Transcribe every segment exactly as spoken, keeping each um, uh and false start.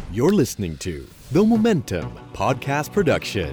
You're listening to The Momentum Podcast Production.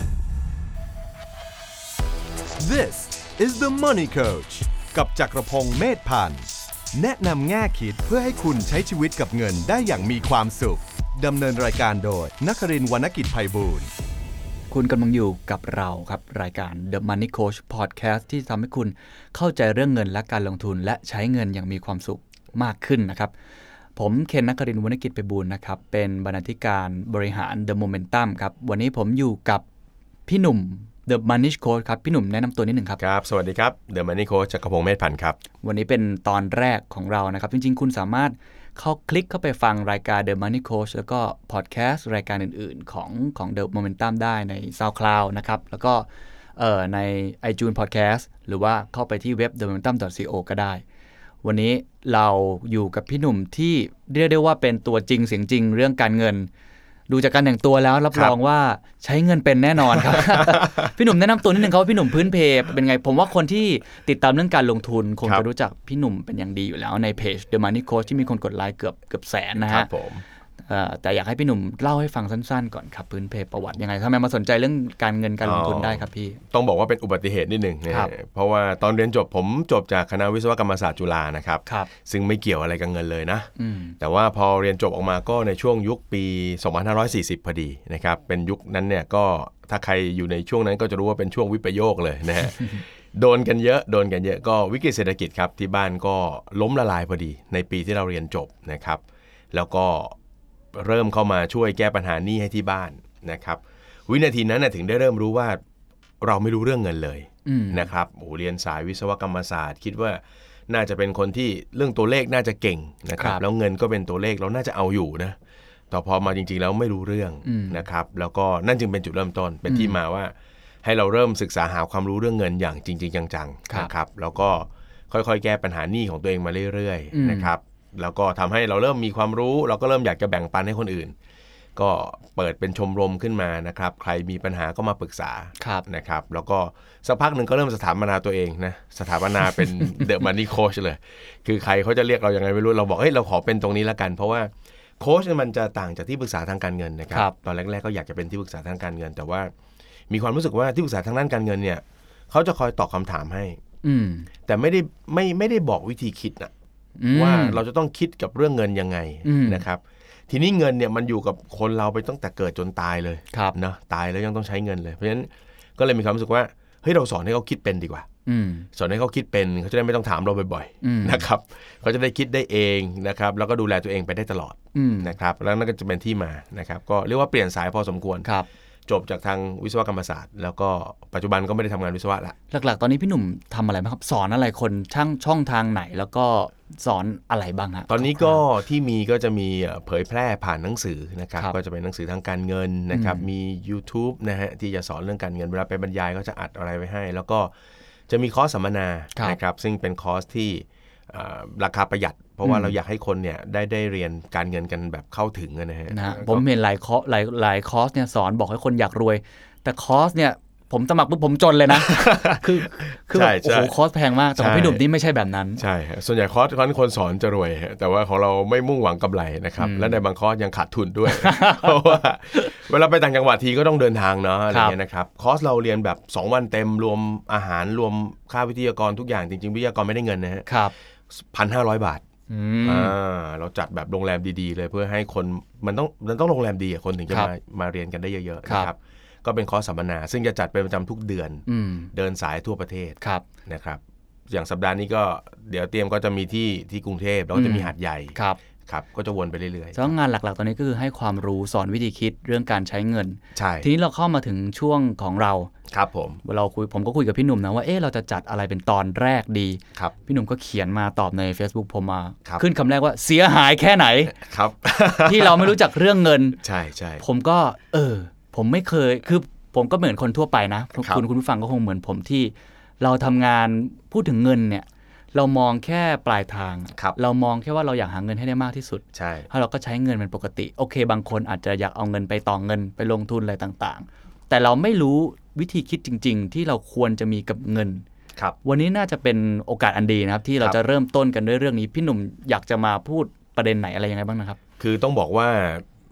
This is the Money Coach กับจักรพงษ์เมธพันธ์แนะนำแง่คิดเพื่อให้คุณใช้ชีวิตกับเงินได้อย่างมีความสุขดำเนินรายการโดยนครินทร์ วรรณกิจไพบูลย์คุณกำลังอยู่กับเราครับรายการ The Money Coach Podcast ที่ทำให้คุณเข้าใจเรื่องเงินและการลงทุนและใช้เงินอย่างมีความสุขมากขึ้นนะครับผมเคนนครินทร์ วรรณกิจไพบูลย์นะครับเป็นบรรณาธิการบริหาร The Momentum ครับวันนี้ผมอยู่กับพี่หนุ่ม The Money Coach ครับพี่หนุ่มแนะนำตัวนิดหนึ่งครับครับสวัสดีครับ The Money Coach จักรพงษ์เมธพันธ์ครับวันนี้เป็นตอนแรกของเรานะครับจริงๆคุณสามารถเข้าคลิกเข้าไปฟังรายการ The Money Coach แล้วก็พอดแคสต์รายการอื่นๆของของ The Momentum ได้ใน SoundCloud นะครับแล้วก็เอ่อใน iTunes Podcast หรือว่าเข้าไปที่เว็บ the momentum dot co ก็ได้วันนี้เราอยู่กับพี่หนุ่มที่เรียกได้ว่าเป็นตัวจริงเสียงจริงเรื่องการเงินดูจากการแต่งตัวแล้วรับรองว่าใช้เงินเป็นแน่นอนครับ พี่หนุ่มแนะนำตัวนิดนึงครับว่าพี่หนุ่มพื้นเพเป็นไงผมว่าคนที่ติดตามเรื่องการลงทุนคงจะรู้จักพี่หนุ่มเป็นอย่างดีอยู่แล้วในเพจ The Money Coach ที่มีคนกดไลค์เกือบเกือบแสนนะฮะครับผมแต่อยากให้พี่หนุ่มเล่าให้ฟังสั้นๆก่อนครับพื้นเพประวัติยังไงทำไมมาสนใจเรื่องการเงินการลงทุนได้ครับพี่ต้องบอกว่าเป็นอุบัติเหตุนิดนึงนะเพราะว่าตอนเรียนจบผมจบจากคณะวิศวกรรมศาสตร์จุฬานะครับซึ่งไม่เกี่ยวอะไรกับเงินเลยนะแต่ว่าพอเรียนจบออกมาก็ในช่วงยุคปีสองพันห้าร้อยสี่สิบพอดีนะครับเป็นยุคนั้นเนี่ยก็ถ้าใครอยู่ในช่วงนั้นก็จะรู้ว่าเป็นช่วงวิปโยคเลยนะฮะ โดนกันเยอะโดนกันเยอะก็วิกฤตเศรษฐกิจครับที่บ้านก็ล้มละลายพอดีในปีที่เราเรียนจบนะครับแล้วก็เริ่มเข้ามาช่วยแก้ปัญหาหนี้ให้ที่บ้านนะครับวินาทีนั้นนะถึงได้เริ่มรู้ว่าเราไม่รู้เรื่องเงินเลยนะครับโอ้เรียนสายวิศวกรรมศาสตร์คิดว่าน่าจะเป็นคนที่เรื่องตัวเลขน่าจะเก่งนะครับแล้วเงินก็เป็นตัวเลขเราน่าจะเอาอยู่นะแต่พอมาจริงๆแล้วไม่รู้เรื่องนะครับแล้วก็นั่นจึงเป็นจุดเริ่มต้นเป็นที่มาว่าให้เราเริ่มศึกษาหาความรู้เรื่องเงินอย่างจริงๆจังๆนะครับแล้วก็ค่อยๆแก้ปัญหาหนี้ของตัวเองมาเรื่อยๆนะครับแล้วก็ทำให้เราเริ่มมีความรู้เราก็เริ่มอยากจะแบ่งปันให้คนอื่นก็เปิดเป็นชมรมขึ้นมานะครับใครมีปัญหาก็มาปรึกษานะครับแล้วก็สักพักหนึ่งก็เริ่มสถาปนาตัวเองนะสถาปนาเป็น The Money Coach เลยคือใครเขาจะเรียกเรายังไงไม่รู้เราบอกเฮ้ยเราขอเป็นตรงนี้ละกันเพราะว่าโค้ชมันจะต่างจากที่ปรึกษาทางการเงินนะครับตอนแรกๆก็อยากจะเป็นที่ปรึกษาทางการเงินแต่ว่ามีความรู้สึกว่าที่ปรึกษาทางด้านการเงินเนี่ยเขาจะคอยตอบคำถามให้แต่ไม่ได้ไม่ไม่ได้บอกวิธีคิดนะว่าเราจะต้องคิดกับเรื่องเงินยังไงนะครับทีนี้เงินเนี่ยมันอยู่กับคนเราไปตั้งแต่เกิดจนตายเลยนะตายแล้วยังต้องใช้เงินเลยเพราะฉะนั้นก็เลยมีความรู้สึกว่าเฮ้ยเราสอนให้เขาคิดเป็นดีกว่าสอนให้เขาคิดเป็นเขาจะได้ไม่ต้องถามเราบ่อยๆนะครับเขาจะได้คิดได้เองนะครับแล้วก็ดูแลตัวเองไปได้ตลอดนะครับแล้วนั่นก็จะเป็นที่มานะครับก็เรียกว่าเปลี่ยนสายพอสมควรจบจากทางวิศวกรรมศาสตร์แล้วก็ปัจจุบันก็ไม่ได้ทำงานวิศวะละหลักๆตอนนี้พี่หนุ่มทำอะไรบ้างครับสอนอะไรคนช่างช่องทางไหนแล้วก็สอนอะไรบ้างฮะตอนนี้ก็ที่มีก็จะมีเผยแพร่ผ่านหนังสือนะครับก็จะเป็นหนังสือทางการเงินนะครับมี YouTube นะฮะที่จะสอนเรื่องการเงินเวลาไปบรรยายก็จะอัดอะไรไว้ให้แล้วก็จะมีคอร์สสัมมนานะครับซึ่งเป็นคอร์สที่ราคาประหยัดเพราะว่าเราอยากให้คนเนี่ยได้ได้เรียนการเงินกันแบบเข้าถึงนะฮะนะผมเห็นหลายคอร์สหลายหลายคอร์สเนี่ยสอนบอกให้คนอยากรวยแต่คอร์สเนี่ยผมสมัครปุ๊บผมจนเลยนะคือคือโอ้โหคอร์สแพงมากแต่ของพี่หนุ่มนี่ไม่ใช่แบบนั้นใช่ส่วนใหญ่คอร์สคนสอนจะรวยแต่ว่าของเราไม่มุ่งหวังกำไรนะครับและในบางคอร์สยังขาดทุนด้วยเพราะว่าเวลาไปต่างจังหวัดทีก็ต้องเดินทางเนาะอะไรเงี้ยนะครับคอร์สเราเรียนแบบสองวันเต็มรวมอาหารรวมค่าวิทยากรทุกอย่างจริงๆวิทยากรไม่ได้เงินนะฮะ หนึ่งพันห้าร้อย บาทอ่าเราจัดแบบโรงแรมดีๆเลยเพื่อให้คนมันต้องมันต้องโรงแรมดีคนถึงจะมามาเรียนกันได้เยอะๆนะครับก็เป็นคอร์สสัมมนาซึ่งจะจัดเป็นประจำทุกเดือนเดินสายทั่วประเทศนะครับอย่างสัปดาห์นี้ก็เดี๋ยวเตรียมก็จะมีที่ที่กรุงเทพแล้วก็จะมีหาดใหญ่ครับก็จะวนไปเรื่อยๆแล้วงานหลักๆตอนนี้ก็คือให้ความรู้สอนวิธีคิดเรื่องการใช้เงินใช่ทีนี้เราเข้ามาถึงช่วงของเราครับผมเราคุยผมก็คุยกับพี่หนุ่มนะว่าเอ๊ะเราจะจัดอะไรเป็นตอนแรกดีครับพี่หนุ่มก็เขียนมาตอบใน Facebook ผมมาขึ้นคำแรกว่าเสียหายแค่ไหนครับที่เราไม่รู้จักเรื่องเงินใช่ใช่ผมก็เออผมไม่เคยคือผมก็เหมือนคนทั่วไปนะคุณคุณผู้ฟังก็คงเหมือนผมที่เราทำงานพูดถึงเงินเนี่ยเรามองแค่ปลายทางเรามองแค่ว่าเราอยากหาเงินให้ได้มากที่สุดใช่แล้วเราก็ใช้เงินเป็นปกติโอเคบางคนอาจจะอยากเอาเงินไปต่อเงินไปลงทุนอะไรต่างๆแต่เราไม่รู้วิธีคิดจริงๆที่เราควรจะมีกับเงินวันนี้น่าจะเป็นโอกาสอันดีนะครับที่เราจะเริ่มต้นกันด้วยเรื่องนี้พี่หนุ่มอยากจะมาพูดประเด็นไหนอะไรยังไงบ้างนะครับคือต้องบอกว่า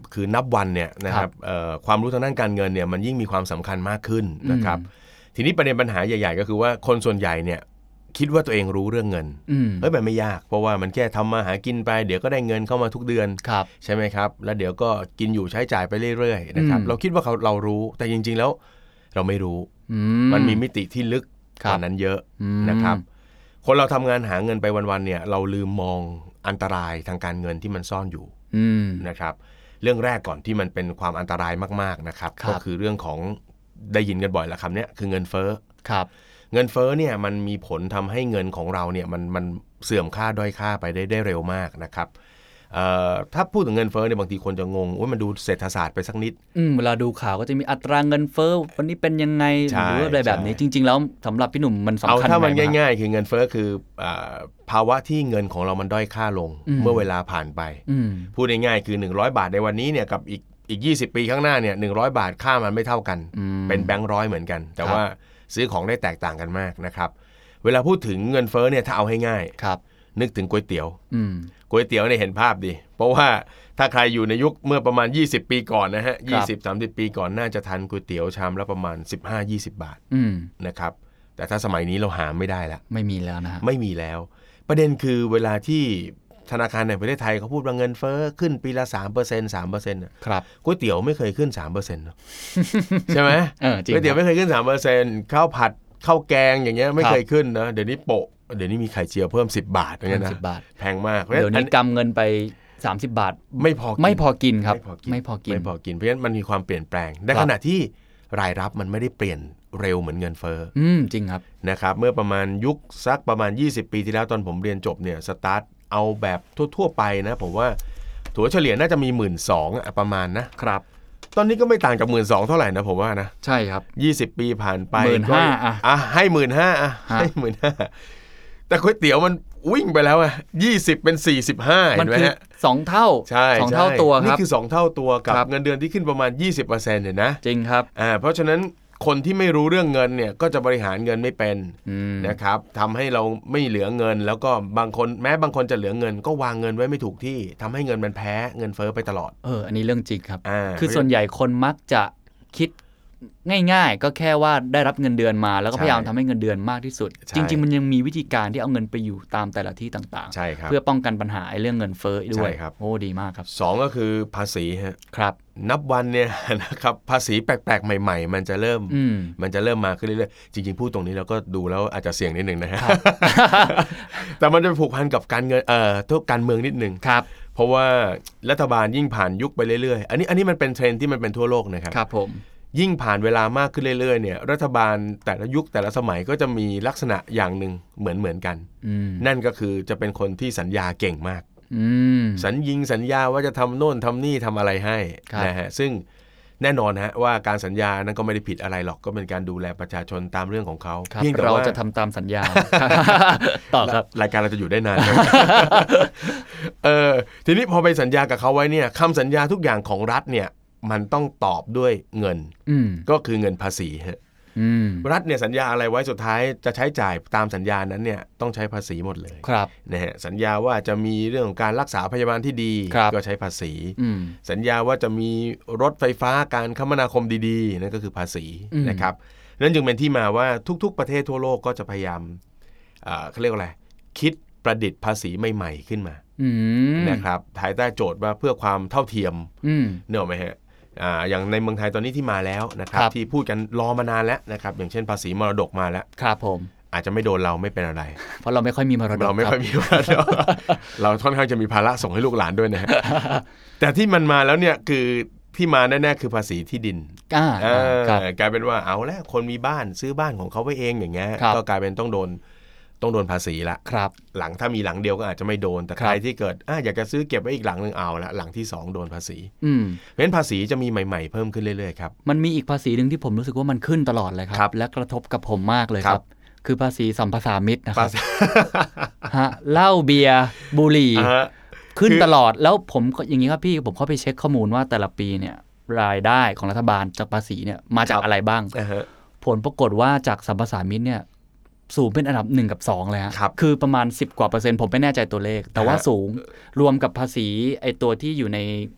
คือนับวันเนี่ยนะครับความรู้ทางด้านการเงินเนี่ยมันยิ่งมีความสำคัญมากขึ้นนะครับทีนี้ประเด็นปัญหาใหญ่ๆก็คือว่าคนส่วนใหญ่เนี่ยคิดว่าตัวเองรู้เรื่องเงินเฮ้ยมันไม่ยากเพราะว่ามันแค่ทำมาหากินไปเดี๋ยวก็ได้เงินเข้ามาทุกเดือนใช่ไหมครับแล้วเดี๋ยวก็กินอยู่ใช้จ่ายไปเรื่อยๆนะครับเราคิดว่าเราเรารู้แต่จริงๆแล้วเราไม่รู้มันมีมิติที่ลึกกว่านั้นเยอะนะครับคนเราทำงานหาเงินไปวันๆเนี่ยเราลืมมองอันตรายทางการเงินที่มันซ่อนอยู่นะครับเรื่องแรกก่อนที่มันเป็นความอันตรายมากๆนะครับก็คือเรื่องของได้ยินกันบ่อยแล้วคำนี้คือเงินเฟ้อครับเงินเฟ้อเนี่ยมันมีผลทำให้เงินของเราเนี่ยมันมันเสื่อมค่าด้อยค่าไปได้ได้เร็วมากนะครับถ้าพูดถึงเงินเฟ้อเนี่ยบางทีคนจะงงว่ามันดูเศรษฐศาสตร์ไปสักนิดเวลาดูข่าวก็จะมีอัตราเงินเฟ้อวันนี้เป็นยังไงหรืออะไรแบบนี้จริงๆแล้วสำหรับพี่หนุ่มมันสำคัญเอาถ้ามันง่ายๆคือเงินเฟ้อคือภาวะที่เงินของเรามันด้อยค่าลงเมื่อเวลาผ่านไปพูดง่ายๆคือหนึ่งร้อยบาทในวันนี้เนี่ยกับอีกอีกยี่สิบปีข้างหน้าเนี่ยหนึ่งร้อยบาทค่ามันไม่เท่ากันเป็นแบงค์ร้อยเหมือนกันแต่ว่าซื้อของได้แตกต่างกันมากนะครับเวลาพูดถึงเงินเฟ้อเนี่ยถ้าเอาให้ง่ายนึกถึงก๋วยเตี๋ยวก๋วยเตี๋ยวเนี่ยเห็นภาพดีเพราะว่าถ้าใครอยู่ในยุคเมื่อประมาณยี่สิบปีก่อนนะฮะ ยี่สิบ สามสิบ ปีก่อนน่าจะทานก๋วยเตี๋ยวชามละประมาณ สิบห้าถึงยี่สิบ บาทนะครับแต่ถ้าสมัยนี้เราหาไม่ได้แล้วไม่มีแล้วนะไม่มีแล้วประเด็นคือเวลาที่ธนาคารในประเทศไทยเขาพูดว่าเงินเฟ้อขึ้นปีละ สามเปอร์เซ็นต์ สามเปอร์เซ็นต์ครับก๋วยเตี๋ยวไม่เคยขึ้น สามเปอร์เซ็นต์ ใช่ไหมก๋วยเตี๋ยวไม่เคยขึ้น สามเปอร์เซ็นต์ ข้าวผัดข้าวแกงอย่างเงี้ยไม่เคยขึ้นนะเดี๋ยวนี้โปะเดี๋ยวนี้มีไข่เจียวเพิ่มสิบบาทอย่างเงี้ยนะแพงมากเดี๋ยวนี้กำเงินไปสามสิบบาทไม่พอไม่พอกินครับไม่พอกินไม่พอกินเพราะฉะนั้นมันมีความเปลี่ยนแปลงในขณะที่รายรับมันไม่ได้เปลี่ยนเร็วเหมือนเงินเฟ้ออืมจริงครับนะครับเมื่อประมาณยุคสักประมาณยี่สิบปีที่แล้วตอนผมเรียนจบเนี่ยสตาร์ทเอาแบบทั่วๆไปนะผมว่าถัวเฉลี่ยน่าจะมี หนึ่งหมื่นสองพัน อ่ะประมาณนะครับตอนนี้ก็ไม่ต่างจาก หนึ่งหมื่นสองพัน เท่าไหร่นะผมว่านะใช่ครับยี่สิบปีผ่านไปหนึ่งหมื่นห้าพัน อ่ะอ่ะให้ หนึ่งหมื่นห้าพัน อ่ะให้ หนึ่งหมื่นห้าพัน แต่ก๋วยเตี๋ยวมันวิ่งไปแล้วอ่ะยี่สิบเป็นสี่สิบห้าเห็นมั้ยฮะสองเท่าสองเท่าตัวครับนี่คือสองเท่าตัวกับเงินเดือนที่ขึ้นประมาณ ยี่สิบเปอร์เซ็นต์ เนี่ยนะจริงครับอ่าเพราะฉะนั้นคนที่ไม่รู้เรื่องเงินเนี่ยก็จะบริหารเงินไม่เป็นนะครับทำให้เราไม่เหลือเงินแล้วก็บางคนแม้บางคนจะเหลือเงินก็วางเงินไว้ไม่ถูกที่ทำให้เงินมันแพ้เงินเฟ้อไปตลอดเอออันนี้เรื่องจริงครับคือส่วนใหญ่คนมักจะคิดง่ายๆก็แค่ว่าได้รับเงินเดือนมาแล้วก็พยายามทำให้เงินเดือนมากที่สุดจริงๆมันยังมีวิธีการที่เอาเงินไปอยู่ตามแต่ละที่ต่างๆเพื่อป้องกันปัญหาเรื่องเงินเฟ้อด้วยโอ้ดีมากครับสองก็คือภาษีฮะครับนับวันเนี่ยนะครับภาษีแปลกๆใหม่ๆมันจะเริ่มมันจะเริ่มมาขึ้นเรื่อยๆจริงๆพูดตรงนี้เราก็ดูแล้วอาจจะเสี่ยงนิดนึงนะฮะแต่มันจะผูกพันกับการเงินเอ่อทุกการเมืองนิดนึงครับเพราะว่ารัฐบาลยิ่งผ่านยุคไปเรื่อยๆอันนี้อันนี้มันเป็นเทรนด์ที่มันเป็นทั่วโลกนะครับครับผมยิ่งผ่านเวลามากขึ้นเรื่อยๆเนี่ยรัฐบาลแต่ละยุคแต่ละสมัยก็จะมีลักษณะอย่างหนึ่งเหมือนเหมือนกันนั่นก็คือจะเป็นคนที่สัญญาเก่งมากสัญญิงสัญญาว่าจะทำโน่นทำนี่ทำอะไรให้นะฮะซึ่งแน่นอนฮะว่าการสัญญานั้นก็ไม่ได้ผิดอะไรหรอกก็เป็นการดูแลประชาชนตามเรื่องของเขาเพียงแต่เราจะทำตามสัญญาต่อครับรายการเราจะอยู่ได้นานเออทีนี้พอไปสัญญากับเขาไว้เนี่ยคำสัญญาทุกอย่างของรัฐเนี่ยมันต้องตอบด้วยเงินก็คือเงินภาษีฮะรัฐเนี่ยสัญญาอะไรไว้สุดท้ายจะใช้จ่ายตามสัญญานั้นเนี่ยต้องใช้ภาษีหมดเลยนะฮะสัญญาว่าจะมีเรื่องของการรักษาพยาบาลที่ดีก็ใช้ภาษีสัญญาว่าจะมีรถไฟฟ้าการคมนาคมดีๆนั่นก็คือภาษีนะครับนั่นจึงเป็นที่มาว่าทุกๆประเทศทั่วโลกก็จะพยายามเขาเรียกว่าอะไรคิดประดิษฐ์ภาษีใหม่ๆขึ้นมานะครับภายใต้โจทย์ว่าเพื่อความเท่าเทียมเนอะไหมฮะอ่าอย่างในเมืองไทยตอนนี้ที่มาแล้วนะครับที่พูดกันรอมานานแล้วนะครับอย่างเช่นภาษีมรดกมาแล้วครับผมอาจจะไม่โดนเราไม่เป็นอะไรเพราะเราไม่ค่อยมีมรดกเราไม่ค่อยมีมรดกเราค่อนข้างจะมีภาระส่งให้ลูกหลานด้วยนะฮะแต่ที่มันมาแล้วเนี่ยคือที่มาแน่ๆคือภาษีที่ดินกลายเป็นว่าเอาแล้วคนมีบ้านซื้อบ้านของเขาไว้เองอย่างเงี้ยก็กลายเป็นต้องโดนต้องโดนภาษีละครับหลังถ้ามีหลังเดียวก็อาจจะไม่โดนแต่ใครที่เกิดอ่ะอยากจะซื้อเก็บไว้อีกหลังนึงเอาละหลังที่สองโดนภาษีอืมเพราะฉะนั้นภาษีจะมีใหม่ๆเพิ่มขึ้นเรื่อยๆครับมันมีอีกภาษีนึงที่ผมรู้สึกว่ามันขึ้นตลอดเลยครับและกระทบกับผมมากเลยครับคือภาษีสัมปทานมิตรนะครับฮะเหล้าเบียร์บุหรี่ขึ้นตลอดแล้วผมอย่างนี้ครับพี่ผมเข้าไปเช็คข้อมูลว่าแต่ละปีเนี่ยรายได้ของรัฐบาลจากภาษีเนี่ยมาจากอะไรบ้างผลปรากฏว่าจากสัมปทานมิตรเนี่ยสูงเป็นอันดับหนึ่งกับสองเลยฮะครับคือประมาณสิบกว่าเปอร์เซ็นต์ผมไม่แน่ใจตัวเลขแต่ว่าสูงรวมกับภาษีไอตัวที่อยู่ใน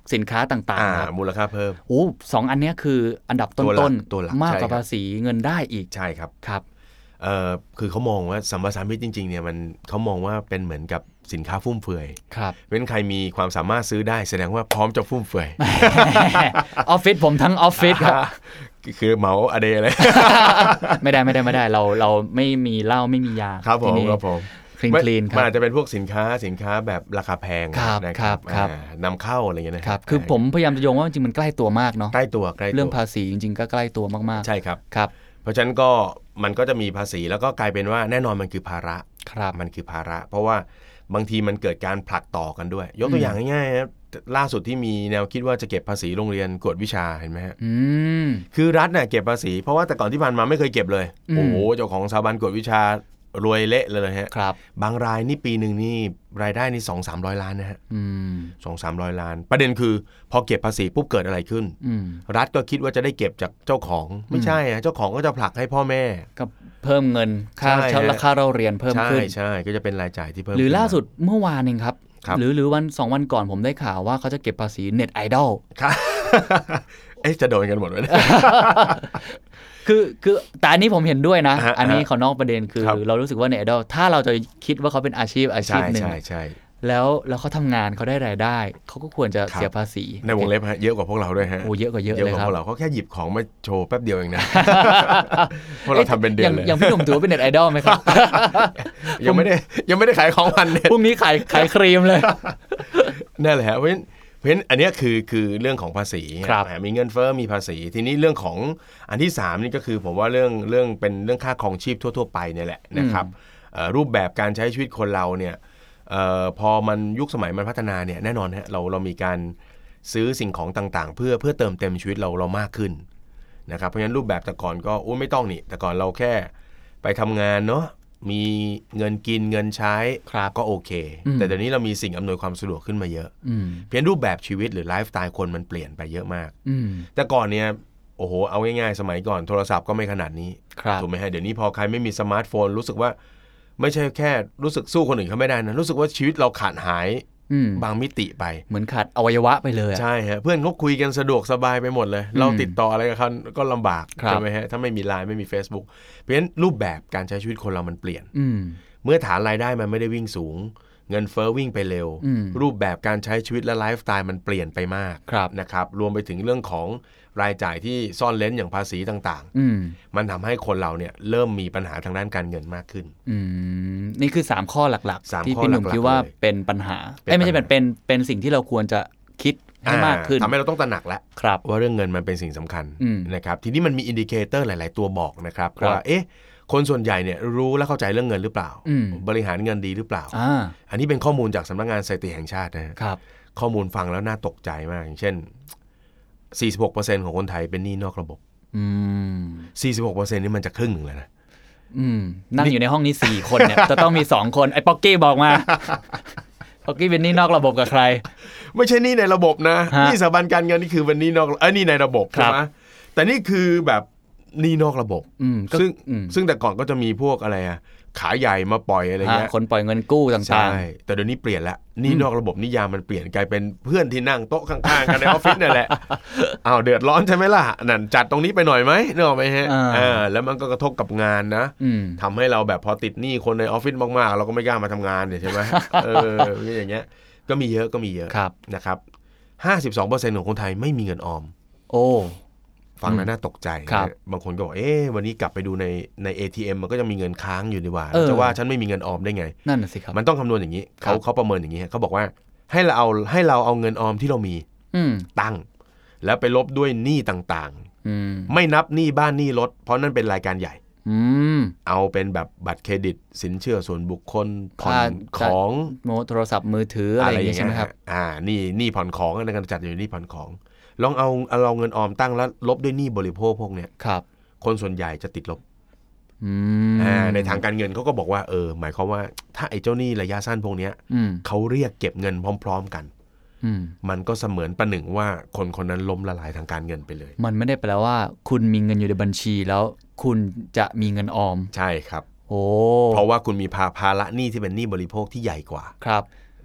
สินค้าต่างๆครับมูลค่าเพิ่มโอ้สองอันนี้คืออันดับต้นๆมากกว่าภาษีเงินได้อีกใช่ครับครับเอ่อคือเขามองว่าสัมปทานมิตรจริงๆเนี่ยมันเขามองว่าเป็นเหมือนกับสินค้าฟุ่มเฟือยครับเว้นใครมีความสามารถซื้อได้แสดงว่าพร้อมจะฟุ่มเฟือยออฟฟิศผมทั้งออฟฟิศครับคือเมาอเดเลยไม่ได้ไม่ได้ไม่ได้เราเราไม่มีเหล้าไม่มียาครับผมครับผมคลีนคลีนครับมันอาจจะเป็นพวกสินค้าสินค้าแบบราคาแพงนะครับนำเข้าอะไรเงี้ยนะครับคือผมพยายามจะโยงว่าจริงมันใกล้ตัวมากเนาะใกล้ตัวใกล้ตัวเรื่องภาษีจริงๆก็ใกล้ตัวมากๆใช่ครับครับเพราะฉะนั้นก็มันก็จะมีภาษีแล้วก็กลายเป็นว่าแน่นอนมันคือภาระครับมันคือภาระเพราะว่าบางทีมันเกิดการผลักต่อกันด้วยยกตัวอย่างง่ายๆนะล่าสุดที่มีแนวคิดว่าจะเก็บภาษีโรงเรียนกวดวิชาเห็นไหมฮะคือรัฐเนี่ยเก็บภาษีเพราะว่าแต่ก่อนที่ผ่านมาไม่เคยเก็บเลยโอ้โหเจ้าของสถาบันกวดวิชารวยเละเลยฮะครับบางรายนี่ปีหนึ่งนี่รายได้นี่สองสามร้อยล้านนะฮะสองสามร้อยล้านประเด็นคือพอเก็บภาษีปุ๊บเกิดอะไรขึ้นรัฐก็คิดว่าจะได้เก็บจากเจ้าของไม่ใช่ฮะเจ้าของก็จะผลักให้พ่อแม่ก็เพิ่มเงินค่าเช่าราคาเราเรียนเพิ่มขึ้นใช่ใช่ก็จะเป็นรายจ่ายที่เพิ่มหรือล่าสุดเมื่อวานเองครับหรือหรือวันสองวันก่อนผมได้ข่าวว่าเขาจะเก็บภาษีเน็ตไอดอลครับเอ๊ะจะโดนกันหมดไหมคือคือแต่อันนี้ผมเห็นด้วยนะอันนี้เขานอกประเด็นคือเรารู้สึกว่าเน็ตไอดอลถ้าเราจะคิดว่าเขาเป็นอาชีพอาชีพหนึ่งแล้วแล้วเขาทำงานเขาได้รายได้เขาก็ควรจะเสียภาษีในวงเล็บฮะเยอะกว่าพวกเราด้วยฮะโอ้เยอะกว่าเยอะเลยครับเราเขาแค่หยิบของมาโชว์แป๊บเดียวเองนะพวกเราทำเป็นเดือนเลยอย่างพี่หนุ่มถือว่าเป็นเน็ตไอดอลไหมครับยังไม่ได้ยังไม่ได้ขายของมันพรุ่งนี้ขายขายครีมเลยนั่นแหละฮะเพราะฉะนั้นเพราะฉะนั้นอันนี้คือคือเรื่องของภาษีมีเงินเฟ้อมีภาษีทีนี้เรื่องของอันที่สามนี่ก็คือผมว่าเรื่องเรื่องเป็นเรื่องค่าครองชีพทั่วๆไปเนี่ยแหละนะครับรูปแบบการใช้ชีวิตคนเราเนี่ยเอ่อพอมันยุคสมัยมันพัฒนาเนี่ยแน่นอนฮะเราเรามีการซื้อสิ่งของต่างๆเพื่อเพื่อเติมเต็มชีวิตเราเรามากขึ้นนะครับเพราะฉะนั้นรูปแบบแต่ก่อนก็โอ้ไม่ต้องนี่แต่ก่อนเราแค่ไปทำงานเนาะมีเงินกินเงินใช้ก็โอเคแต่เดี๋ยวนี้เรามีสิ่งอำนวยความสะดวกขึ้นมาเยอะเพียงรูปแบบชีวิตหรือไลฟ์สไตล์คนมันเปลี่ยนไปเยอะมากแต่ก่อนเนี่ยโอ้โหเอาง่ายๆสมัยก่อนโทรศัพท์ก็ไม่ขนาดนี้ถูกไหมฮะเดี๋ยวนี้พอใครไม่มีสมาร์ทโฟนรู้สึกว่าไม่ใช่แค่รู้สึกสู้คนอื่นเขาไม่ได้นะรู้สึกว่าชีวิตเราขาดหายบางมิติไปเหมือนขาดอวัยวะไปเลยใช่ฮะเพื่อนเขาคุยกันสะดวกสบายไปหมดเลยเราติดต่ออะไรกับเขาก็ลำบากใช่ไหมฮะถ้าไม่มีไลน์ไม่มี Facebook เพราะฉะนั้นรูปแบบการใช้ชีวิตคนเรามันเปลี่ยนเมื่อฐานรายได้มันไม่ได้วิ่งสูงเงินเฟ้อวิ่งไปเร็วรูปแบบการใช้ชีวิตและไลฟ์สไตล์มันเปลี่ยนไปมากนะครับรวมไปถึงเรื่องของรายจ่ายที่ซ่อนเร้นอย่างภาษีต่างๆมันทำให้คนเราเนี่ยเริ่มมีปัญหาทางด้านการเงินมากขึ้นนี่คือสามข้อหลักๆที่พี่หนุ่มคิดว่าเป็นปัญหาไม่ใช่เป็นเป็นเป็นสิ่งที่เราควรจะคิดให้มากขึ้นทำให้เราต้องตระหนักแล้วว่าเรื่องเงินมันเป็นสิ่งสำคัญนะครับทีนี้มันมีอินดิเคเตอร์หลายๆตัวบอกนะครับว่าเอ๊ะคนส่วนใหญ่เนี่ยรู้และเข้าใจเรื่องเงินหรือเปล่าบริหารเงินดีหรือเปล่า อ, อันนี้เป็นข้อมูลจากสำนักงานสถิติแห่งชาตินะครับข้อมูลฟังแล้วน่าตกใจมากอย่างเช่น สี่สิบหกเปอร์เซ็นต์ ของคนไทยเป็นหนี้นอกระบบ สี่สิบหกเปอร์เซ็นต์ นี่มันจะครึ่งหนึ่งเลยนะนั่งอยู่ในห้องนี้สี่คนเนี่ยจะต้องมีสองคนไอ้ป๊อกกี้บอกมาป๊อกกี้เป็นหนี้นอกระบบกับใครไม่ใช่หนี้ในระบบนะหนี้สถาบันการเงินนี่คือเป็นหนี้นอกเอ้ยหนี้ในระบบใช่ไหมแต่นี่คือแบบหนี้นอกระบบซึ่งซึ่งแต่ก่อนก็จะมีพวกอะไรอะขาใหญ่มาปล่อยอะไรเงี้ยคนปล่อยเงินกู้ต่างๆใช่แต่เดี๋ยวนี้เปลี่ยนละหนี้นอกระบบนิยามมันเปลี่ยนกลายเป็นเพื่อนที่นั่งโต๊ะข้างๆกันในออฟฟิศนั่นแหละอ้าวเดือดร้อนใช่ไหมล่ะนั่นจัดตรงนี้ไปหน่อยไหมนึกออกไหมฮะอ่าแล้วมันก็กระทบกับงานนะทำให้เราแบบพอติดหนี้คนในออฟฟิศมากๆเราก็ไม่กล้ามาทำงานเนี่ยใช่ไหมเอออย่างเงี้ยก็มีเยอะก็มีเยอะนะครับห้าสิบสองเปอร์เซ็นต์ของคนไทยไม่มีเงินออมโอ้ฟังแล้วน่าตกใจบางคนก็บอกเอ๊ะวันนี้กลับไปดูในใน เอ ที เอ็ม มันก็จะมีเงินค้างอยู่ดีว่าจะว่าฉันไม่มีเงินออมได้ไงนั่นน่ะสิครับมันต้องคำนวณอย่างนี้เขาเขาประเมินอย่างนี้เขาบอกว่าให้เราเอาให้เราเอาเงินออมที่เรามีตั้งแล้วไปลบด้วยหนี้ต่างๆไม่นับหนี้บ้านหนี้รถเพราะนั่นเป็นรายการใหญ่เอาเป็นแบบบัตรเครดิตสินเชื่อส่วนบุคคลผ่อนของโทรศัพท์มือถืออะไรอย่างเงี้ยใช่ไหมครับอ่านี่หนี้ผ่อนของในการจัดอยู่หนี้ผ่อนของลองเอาเอาเงินออมตั้งแล้วลบด้วยหนี้บริโภคพวกเนี้ยครับคนส่วนใหญ่จะติดลบอ่าในทางการเงินเขาก็บอกว่าเออหมายความว่าถ้าไอ้เจ้าหนี้ระยะสั้นพวกเนี้ยเขาเรียกเก็บเงินพร้อมๆกันมันก็เสมือนประหนึ่งว่าคนคนนั้นล้มละลายทางการเงินไปเลยมันไม่ได้แปลว่าคุณมีเงินอยู่ในบัญชีแล้วคุณจะมีเงินออมใช่ครับโอ้เพราะว่าคุณมีภาภาระหนี้ที่เป็นหนี้บริโภคที่ใหญ่กว่าครับ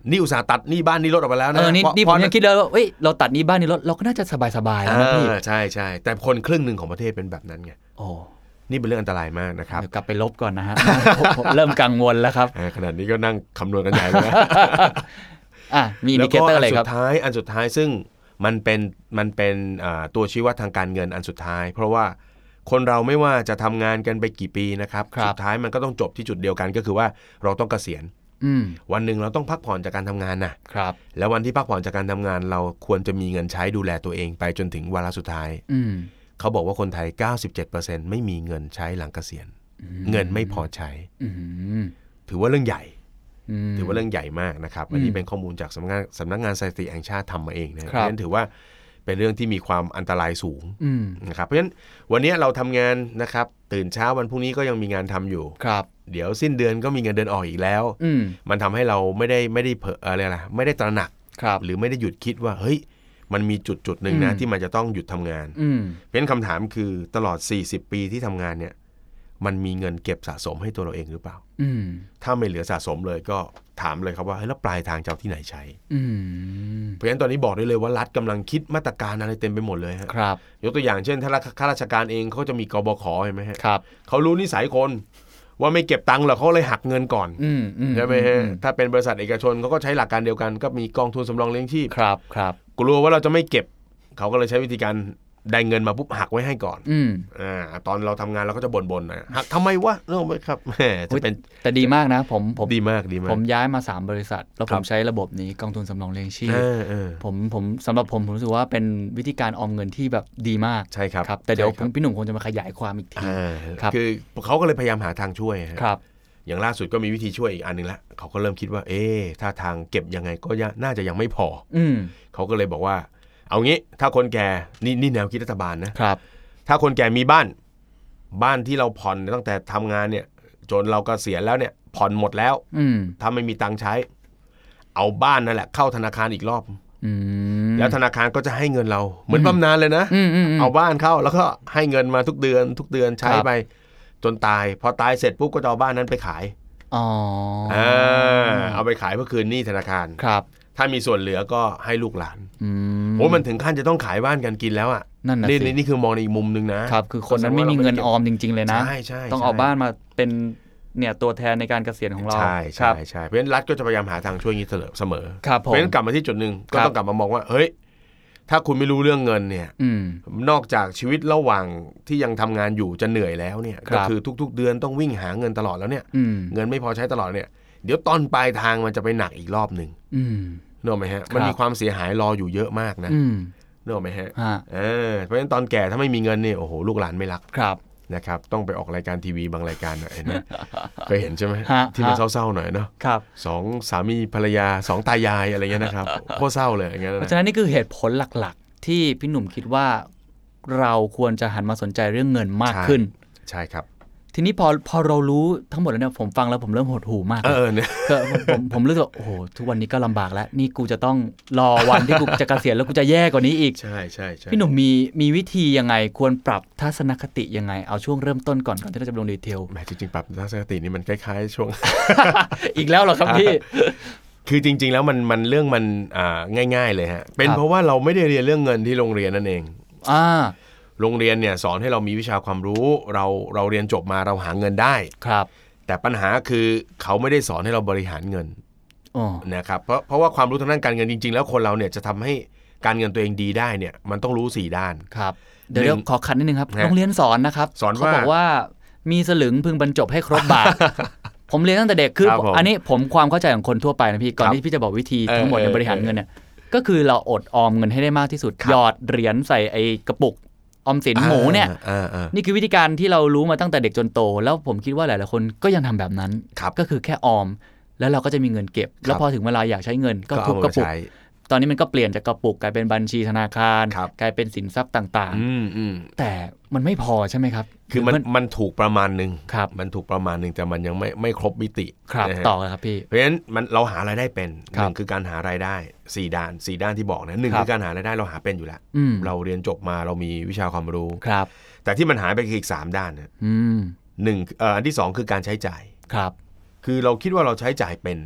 นี่อุตส่าห์ตัดหนี้บ้านหนี้รถออกไปแล้วนะเออนี่นี่ผมยังคิดเลยว่าเฮ้ยเราตัดหนี้บ้านหนี้รถเราก็น่าจะสบายๆแล้วนะพี่ใช่ใช่แต่คนครึ่งนึงของประเทศเป็นแบบนั้นไงโอ้นี่เป็นเรื่องอันตรายมากนะครับเดี๋ยวกลับไปลบก่อนนะฮะ ผมเริ่มกังวลแล้วครับขนาดนี้ก็นั่งคำนวณกันใหญ่เลยนะอ่ะมีอินดิเคเตอร์อะไรครับสุดท้ายอันสุดท้ายซึ่งมันเป็นมันเป็นตัวชี้วัดทางการเงินอันสุดท้ายเพราะว่าคนเราไม่ว่าจะทำงานกันไปกี่ปีนะครับสุดท้ายมันก็ต้องจบที่จุดเดียวกันก็คือว่าเราต้องเกษียณวันหนึ่งเราต้องพักผ่อนจากการทำงานนะครับแล้ววันที่พักผ่อนจากการทำงานเราควรจะมีเงินใช้ดูแลตัวเองไปจนถึงวาระสุดท้ายเขาบอกว่าคนไทย เก้าสิบเจ็ดเปอร์เซ็นต์ ไม่มีเงินใช้หลังเกษียณเงินไม่พอใช้ถือว่าเรื่องใหญ่ถือว่าเรื่องใหญ่มากนะครับอันนี้เป็นข้อมูลจากสำนักงานสำนักงานสถิติแห่งชาติทำมาเองนะเพราะฉะนั้นถือว่าเป็นเรื่องที่มีความอันตรายสูงนะครับเพราะฉะนั้นวันนี้เราทำงานนะครับตื่นเช้าวันพรุ่งนี้ก็ยังมีงานทำอยู่ครับเดี๋ยวสิ้นเดือนก็มีเงินเดือนออกอีกแล้วมันทำให้เราไม่ได้ไม่ได้เผลออะไรล่ะไม่ได้ตระหนักหรือไม่ได้หยุดคิดว่าเฮ้ยมันมีจุดจุดหนึ่งนะที่มันจะต้องหยุดทำงานเพราะฉะนั้นคำถามคือตลอดสี่สิบปีที่ทำงานเนี่ยมันมีเงินเก็บสะสมให้ตัวเราเองหรือเปล่าถ้าไม่เหลือสะสมเลยก็ถามเลยครับว่าเฮ้ยแล้วปลายทางจะเอาที่ไหนใช้เพราะฉะนั้นตอนนี้บอกได้เลยว่ารัฐกำลังคิดมาตรการอะไรเต็มไปหมดเลยครับยกตัวอย่างเช่นถ้าข้าราชการเองเขาจะมีกบข.เห็นไหมฮะครับเขารู้นิสัยคนว่าไม่เก็บตังค์หรอกเขาเลยหักเงินก่อนใช่ไหมฮะถ้าเป็นบริษัทเอกชนเขาก็ใช้หลักการเดียวกันก็มีกองทุนสำรองเลี้ยงชีพครับครับกลัวว่าเราจะไม่เก็บเขาก็เลยใช้วิธีการได้เงินมาปุ๊บหักไว้ให้ก่อนอ่าตอนเราทำงานเราก็จะบ่นๆนะหักทำไมวะเรื่องไหมครับแหมจะเป็นแต่ดีมากนะผมผมดีมากดีมากผมย้ายมาสามบริษัทแล้วผมใช้ระบบนี้กองทุนสำรองเลี้ยงชีพผมผมสำหรับผมผมรู้สึกว่าเป็นวิธีการออมเงินที่แบบดีมากใช่ครับครับแต่เดี๋ยวพี่หนุ่มคงจะมาขยายความอีกทีครับคือเขาก็เลยพยายามหาทางช่วยครับอย่างล่าสุดก็มีวิธีช่วยอีกอันนึงละเขาก็เริ่มคิดว่าเอ๊ะถ้าทางเก็บยังไงก็น่าจะยังไม่พอเขาก็เลยบอกว่าเอางี้ถ้าคนแก่นี่นี่แนวคิดรัฐบาลนะครับถ้าคนแก่มีบ้านบ้านที่เราผ่อนตั้งแต่ทำงานเนี่ยจนเราเกษียณแล้วเนี่ยผ่อนหมดแล้วถ้าไม่มีตังค์ใช้เอาบ้านนั่นแหละเข้าธนาคารอีกรอบแล้วธนาคารก็จะให้เงินเราเหมือนบำนาญเลยนะเอาบ้านเข้าแล้วก็ให้เงินมาทุกเดือนทุกเดือนใช้ไปจนตายพอตายเสร็จปุ๊บก็จะเอาบ้านนั้นไปขายอ๋อเอาไปขายเพื่อคืนหนี้ธนาคารครับถ้ามีส่วนเหลือก็ให้ลูกหลานโอ้มันถึงขั้นจะต้องขายบ้านกันกินแล้วอ่ะนั่นน่ะสินี่คือมองในอีกมุมนึงนะครับคือคนนั้นไม่มีเงินออมจริงๆเลยนะต้องเอาบ้านมาเป็นเนี่ยตัวแทนในการเกษียณของเราใช่ใช่ใช่เพราะฉะนั้นรัฐก็จะพยายามหาทางช่วยงี้เสมอเพราะฉะนั้นกลับมาที่จุดนึงก็ต้องกลับมามองว่าเฮ้ยถ้าคุณไม่รู้เรื่องเงินเนี่ยนอกจากชีวิตระหว่างที่ยังทำงานอยู่จะเหนื่อยแล้วเนี่ยก็คือทุกๆเดือนต้องวิ่งหาเงินตลอดแล้วเนี่ยเงินไม่พอใช้ตลอดเนี่ยเดี๋ยวตอนปลายทางมันจะไปหนักอีกรอบนึงนึกออกไหมฮะมันมีความเสียหายรออยู่เยอะมากนะนึกออกไหมฮะเออเพราะฉะนั้นตอนแก่ถ้าไม่มีเงินเนี่ยโอ้โหลูกหลานไม่รักนะครับต้องไปออกรายการทีวีบางรายการเห็นไหมเคยเห็นใช่ไหมที่มันเศร้าๆหน่อยเนาะสองสามีภรรยาสองตายายอะไรเงี้ยนะครับโคตรเศร้าเลยอย่างเงี้ยเพราะฉะนั้นนี่คือเหตุผลหลักๆที่พี่หนุ่มคิดว่าเราควรจะหันมาสนใจเรื่องเงินมากขึ้นใช่ครับทีนี้พอพอเรารู้ทั้งหมดแล้วเนี่ยผมฟังแล้วผมเริ่มหดหู่มากเออเนี่ยก็ผมผมรู้สึกโอ้โหทุกวันนี้ก็ลำบากแล้วนี่กูจะต้องรอวันที่กูจะเกษียณแล้วกูจะแย่กว่านี้อีกใช่ใช่ใช่พี่หนุ่มมีมีวิธียังไงควรปรับทัศนคติยังไงเอาช่วงเริ่มต้นก่อนก่อนที่เราจะลงดีเทลแหมจริงๆปรับทัศนคตินี่มันคล้ายๆช่วงอีกแล้วเหรอครับพี่คือจริงๆแล้วมันมันเรื่องมันอ่าง่ายๆเลยฮะเป็นเพราะว่าเราไม่ได้เรียนเรื่องเงินที่โรงเรียนนั่นเองอ่าโรงเรียนเนี่ยสอนให้เรามีวิชาความรู้เราเราเรียนจบมาเราหาเงินได้ครับแต่ปัญหาคือเขาไม่ได้สอนให้เราบริหารเงินนะครับเพราะเพราะว่าความรู้ทางด้านการเงินจริงๆแล้วคนเราเนี่ยจะทำให้การเงินตัวเองดีได้เนี่ยมันต้องรู้สี่ด้านครับเดี๋ยวขอคันนิดนึงครับโรงเรียนสอนนะครับเขาบอกว่ามีสลึงพึงบรรจบให้ครบบาท ผมเรียนตั้งแต่เด็กคืออันนี้ผมความเข้าใจของคนทั่วไปนะพี่ก่อนที่พี่จะบอกวิธีทั้งหมดในบริหารเงินเนี่ยก็คือเราอดออมเงินให้ได้มากที่สุดหยอดเหรียญใส่ไอ้กระปุกออมสินหมูเนี่ยนี่คือวิธีการที่เรารู้มาตั้งแต่เด็กจนโตแล้วผมคิดว่าหลายๆคนก็ยังทำแบบนั้นก็คือแค่ออมแล้วเราก็จะมีเงินเก็บแล้วพอถึงเวลาอยากใช้เงินก็ทุบกระปุกตอนนี้มันก็เปลี่ยนจากกระปุกกลายเป็นบัญชีธนาคารกลายเป็นสินทรัพย์ต่างๆแต่มันไม่พอใช่ไหมครับคือมันมันถูกประมาณนึงมันถูกประมาณนึงแต่มันยังไม่ไม่ครบมิติต่อครับพี่เพราะฉะนั้นมันเราหารายได้เป็นหนึ่งคือการหารายได้สี่ด้านสี่ด้านที่บอกนะหนึ่งคือการหารายได้เราหาเป็นอยู่แล้วเราเรียนจบมาเรามีวิชาความรู้แต่ที่มันหายไปคืออีกสามด้านนะหนึ่งอันที่สองคือการใช้จ่ายครับคือเราคิดว่าเราใช้จ่ายเป็น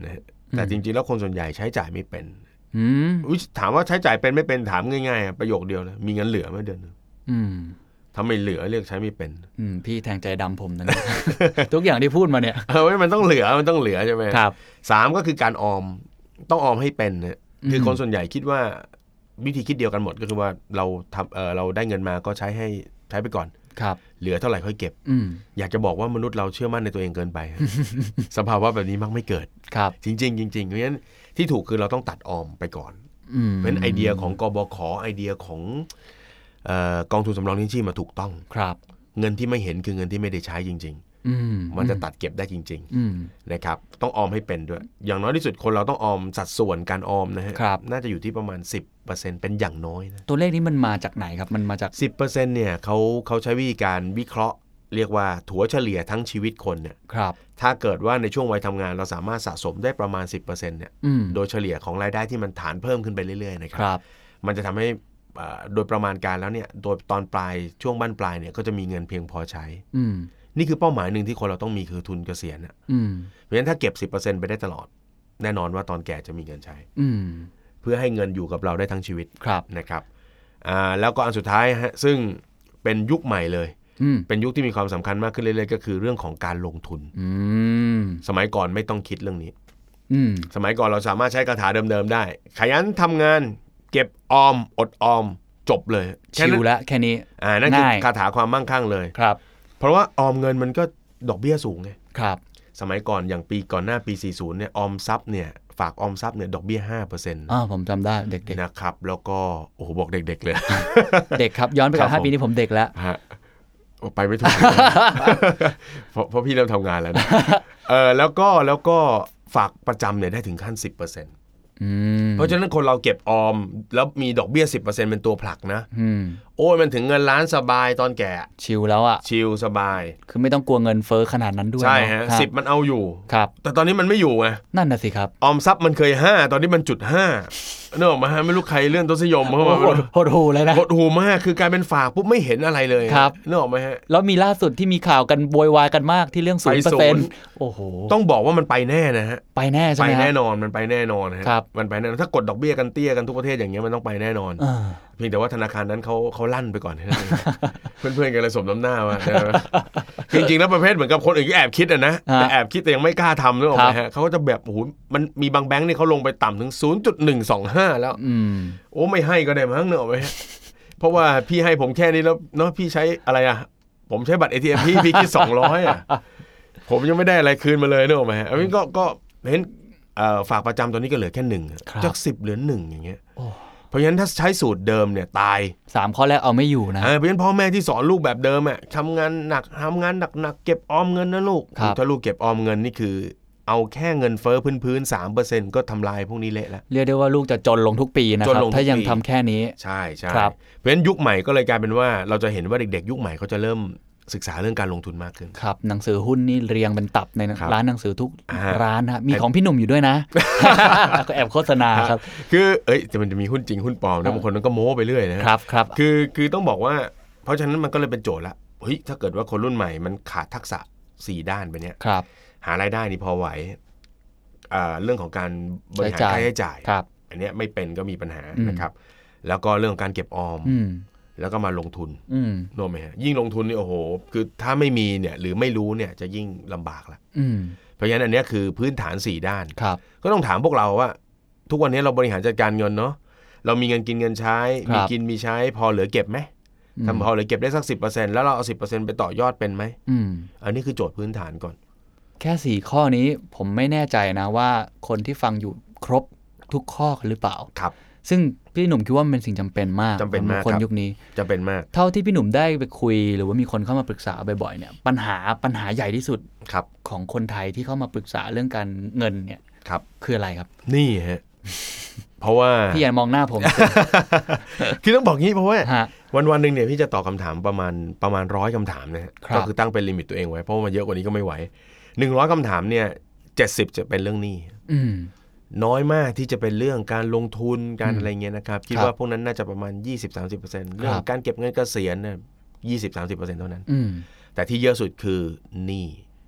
แต่จริงๆแล้วคนส่วนใหญ่ใช้จ่ายไม่เป็นมถามว่าใช้จ่ายเป็นไม่เป็นถามง่ายๆประโยคเดียวนะมีเงินเหลือไหมเดือนนึงถ้าไม่เหลือเรียกใช้ไม่เป็นพี่แทงใจดำผมนะ ทุกอย่างที่พูดมาเนี่ยเออมันต้องเหลือมันต้องเหลือใช่ไหมครับสามก็คือการออมต้องออมให้เป็นนะคือคนส่วนใหญ่คิดว่าวิธีคิดเดียวกันหมดก็คือว่าเราทำเออเราได้เงินมาก็ใช้ให้ใช้ไปก่อนครับเหลือเท่าไหร่ค่อยเก็บอยากจะบอกว่ามนุษย์เราเชื่อมั่นในตัวเองเกินไป สภาวะแบบนี้มักไม่เกิดครับจริงๆจริงๆเพราะฉะนั้นที่ถูกคือเราต้องตัดออมไปก่อนเป็นไอเดียของกบข.ไอเดียของเอ่อกองทุนสำรองเลี้ยงชีพมาถูกต้องครับเงินที่ไม่เห็นคือเงินที่ไม่ได้ใช้จริงๆมันจะตัดเก็บได้จริงๆนะครับต้องออมให้เป็นด้วยอย่างน้อยที่สุดคนเราต้องออมสัดส่วนการออมนะฮะน่าจะอยู่ที่ประมาณ สิบเปอร์เซ็นต์ เป็นอย่างน้อยนะตัวเลขนี้มันมาจากไหนครับมันมาจากสิบเปอร์เซ็นต์ เนี่ยเขาเขาใช้วิธีการวิเคราะห์เรียกว่าถัวเฉลี่ยทั้งชีวิตคนเนี่ยครับถ้าเกิดว่าในช่วงวัยทำงานเราสามารถสะสมได้ประมาณ สิบเปอร์เซ็นต์ เนี่ยโดยเฉลี่ยของรายได้ที่มันฐานเพิ่มขึ้นไปเรื่อยๆนะครับมันจะทำให้โดยประมาณการแล้วเนี่ยโดยตอนปลายช่วงบั้นปลายเนี่ยก็จะมีเงินเพียงพอใช้นี่คือเป้าหมายหนึ่งที่คนเราต้องมีคือทุนเกษียณนะเพราะฉะนั้นถ้าเก็บ สิบเปอร์เซ็นต์ ไปได้ตลอดแน่นอนว่าตอนแก่จะมีเงินใช้เพื่อให้เงินอยู่กับเราได้ทั้งชีวิตนะครับแล้วก็อันสุดท้ายฮะซึ่งเป็นยุคใหม่เลยเป็นยุคที่มีความสำคัญมากขึ้นเรื่อยๆก็คือเรื่องของการลงทุนสมัยก่อนไม่ต้องคิดเรื่องนี้สมัยก่อนเราสามารถใช้คาถาเดิมๆได้ขยันทำงานเก็บออมอดออมจบเลยชิลแล้วแค่นี้อ่านั่นคือคาถาความมั่งคั่งเลยครับเพราะว่าออมเงินมันก็ดอกเบี้ยสูงไงครับสมัยก่อนอย่างปีก่อนหน้าปีสี่สิบเนี่ยออมทรัพย์เนี่ยฝากออมทรัพย์เนี่ยดอกเบี้ย ห้าเปอร์เซ็นต์อ่าผมจำได้เด็กๆนะครับแล้วก็โอ้โหบอกเด็กๆเลยเด็กครับย้อนไปกับห้าปีนี้ผมเด็กแล้วฮะไปไม่ถูก เพราะเพราะพี่เริ่มทำงานแล้วนะเออแล้วก็แล้วก็ฝากประจำเนี่ยได้ถึงขั้น สิบเปอร์เซ็นต์เพราะฉะนั้นคนเราเก็บออมแล้วมีดอกเบี้ย สิบเปอร์เซ็นต์ เป็นตัวผลักนะโอ้ยมันถึงเงินล้านสบายตอนแก่ชิลแล้วอ่ะชิลสบายคือไม่ต้องกลัวเงินเฟ้อขนาดนั้นด้วยใช่ฮะสิบมันเอาอยู่ครับแต่ตอนนี้มันไม่อยู่ไงนั่นน่ะสิครับออมทรัพย์มันเคยห้าตอนนี้มันจุดห้าเนอะมาฮะไม่รู้ใครเลื่อนทศนิยมเข้ามาโหดหูเลยนะโหดหูมากคือการเป็นฝากปุ๊บไม่เห็นอะไรเลยครับเนอะมาฮะแล้วมีล่าสุดที่มีข่าวกันโวยวายกันมากที่เรื่อง ศูนย์เปอร์เซ็นต์ โอ้โหต้องบอกว่ามันไปแน่นะฮะไปแน่ใช่ไหมไปแน่นอนมันไปแน่นอนฮะมันไปแน่นอนถ้ากดดอกเบี้ยกันเตี้ยกันทุกประเทศอย่างเงี้ยมันต้องไปแน่นอนเพียงแต่ว่าธนาคารนั้นเขาเขาลั่นไปก่อนเพื่อนๆกันเลยสมน้ำหน้าว่าจริงๆแล้วประเภทเหมือนกับคนอื่นก็แอบคิดอ่ะนะแต่แอบคิดแต่ยังไม่กล้าทำนึกออกไหมฮะเขาก็จะแบบโอ้โหมันมีบางแบงค์นี่เขาลงไปต่ำถึง ศูนย์จุดหนึ่งสองห้า แล้วโอ้ไม่ให้ก็ได้มั้งนึกออกไหมเพราะว่าพี่ให้ผมแค่นี้แล้วเนาะพี่ใช้อะไรอ่ะผมใช้บัตร เอ ที เอ็ม พี่พี่คิดสองร้อยอ่ะผมยังไม่ได้อะไรคืนมาเลยนึกออกไหมฮะอันนี้ก็ก็เห็นฝากประจำตอนนี้ก็เหลือแค่หนึ่งจากสิบเหลือหนึ่งอย่างเงี้ยเพราะฉะนั้นถ้าใช้สูตรเดิมเนี่ยตายสามข้อแรกเอาไม่อยู่นะเพราะฉะนั้นพ่อแม่ที่สอนลูกแบบเดิมอ่ะทำงานหนักทำงานหนักๆเก็บออมเงินนะลูกถ้าลูกเก็บออมเงินนี่คือเอาแค่เงินเฟ้อพื้นๆ สามเปอร์เซ็นต์ ก็ทำลายพวกนี้เละแล้วเรียกได้ว่าลูกจะจนลงทุกปีนะครับถ้ายังทำแค่นี้ใช่ใช่เพราะฉะนั้นยุคใหม่ก็เลยกลายเป็นว่าเราจะเห็นว่าเด็กๆยุคใหม่เขาจะเริ่มศึกษาเรื่องการลงทุนมากขึ้นครับหนังสือหุ้นนี่เรียงเป็นตับในร้านหนังสือทุกร้านนะมีของพี่หนุ่มอยู่ด้วยนะก็แอบโฆษณาครับคือเอ้ยแต่มันจะมีหุ้นจริงหุ้นปลอมนะบางคนมันก็โม้ไปเรื่อยนะครับครับคือคือต้องบอกว่าเพราะฉะนั้นมันก็เลยเป็นโจทย์ละเฮ้ยถ้าเกิดว่าคนรุ่นใหม่มันขาดทักษะสี่ด้านไปเนี้ยหารายได้นี่พอไหวเรื่องของการบริหารค่าใช้จ่ายอันนี้ไม่เป็นก็มีปัญหานะครับแล้วก็เรื่องของการเก็บออมแล้วก็มาลงทุนโน้มไหมฮะยิ่งลงทุนนี่โอ้โหคือถ้าไม่มีเนี่ยหรือไม่รู้เนี่ยจะยิ่งลำบากละเพราะฉะนั้นอันนี้คือพื้นฐานสี่ด้านก็ต้องถามพวกเราว่าทุกวันนี้เราบริหารจัดการเงินเนาะเรามีเงินกินเงินใช้มีกินมีใช้พอเหลือเก็บไหมทำพอเหลือเก็บได้สัก สิบเปอร์เซ็นต์ แล้วเราเอา สิบเปอร์เซ็นต์ ไปต่อยอดเป็นไหมอันนี้คือโจทย์พื้นฐานก่อนแค่สี่ข้อนี้ผมไม่แน่ใจนะว่าคนที่ฟังอยู่ครบทุกข้อหรือเปล่าครับซึ่งพี่หนุ่มคิดว่ามันเป็นสิ่งจำเป็นมากจำเป็นมากคนยุคนี้จำเป็นมากเท่าที่พี่หนุ่มได้ไปคุยหรือว่ามีคนเข้ามาปรึกษาบ่อยๆเนี่ยปัญหาปัญหาใหญ่ที่สุดของคนไทยที่เข้ามาปรึกษาเรื่องการเงินเนี่ยครับคืออะไรครับนี่ฮะเพราะว่าพี่อย่ามองหน้าผมคือต้องบอกงี้เพราะว่าวันวันหนึ่งเนี่ยพี่จะตอบคำถามประมาณประมาณร้อยคำถามนะฮะก็คือตั้งเป็นลิมิตตัวเองไว้เพราะว่าเยอะกว่านี้ก็ไม่ไหวหนึ่งร้อยคำถามเนี่ยเจ็ดสิบจะเป็นเรื่องหนี้น้อยมากที่จะเป็นเรื่องการลงทุนการอะไรเงี้ยนะครับคิดว่าพวกนั้นน่าจะประมาณ ยี่สิบถึงสามสิบเปอร์เซ็นต์ เรื่องการเก็บเงินเกษียณเนี่ย ยี่สิบถึงสามสิบเปอร์เซ็นต์ เท่านั้นแต่ที่เยอะสุดคือหนี้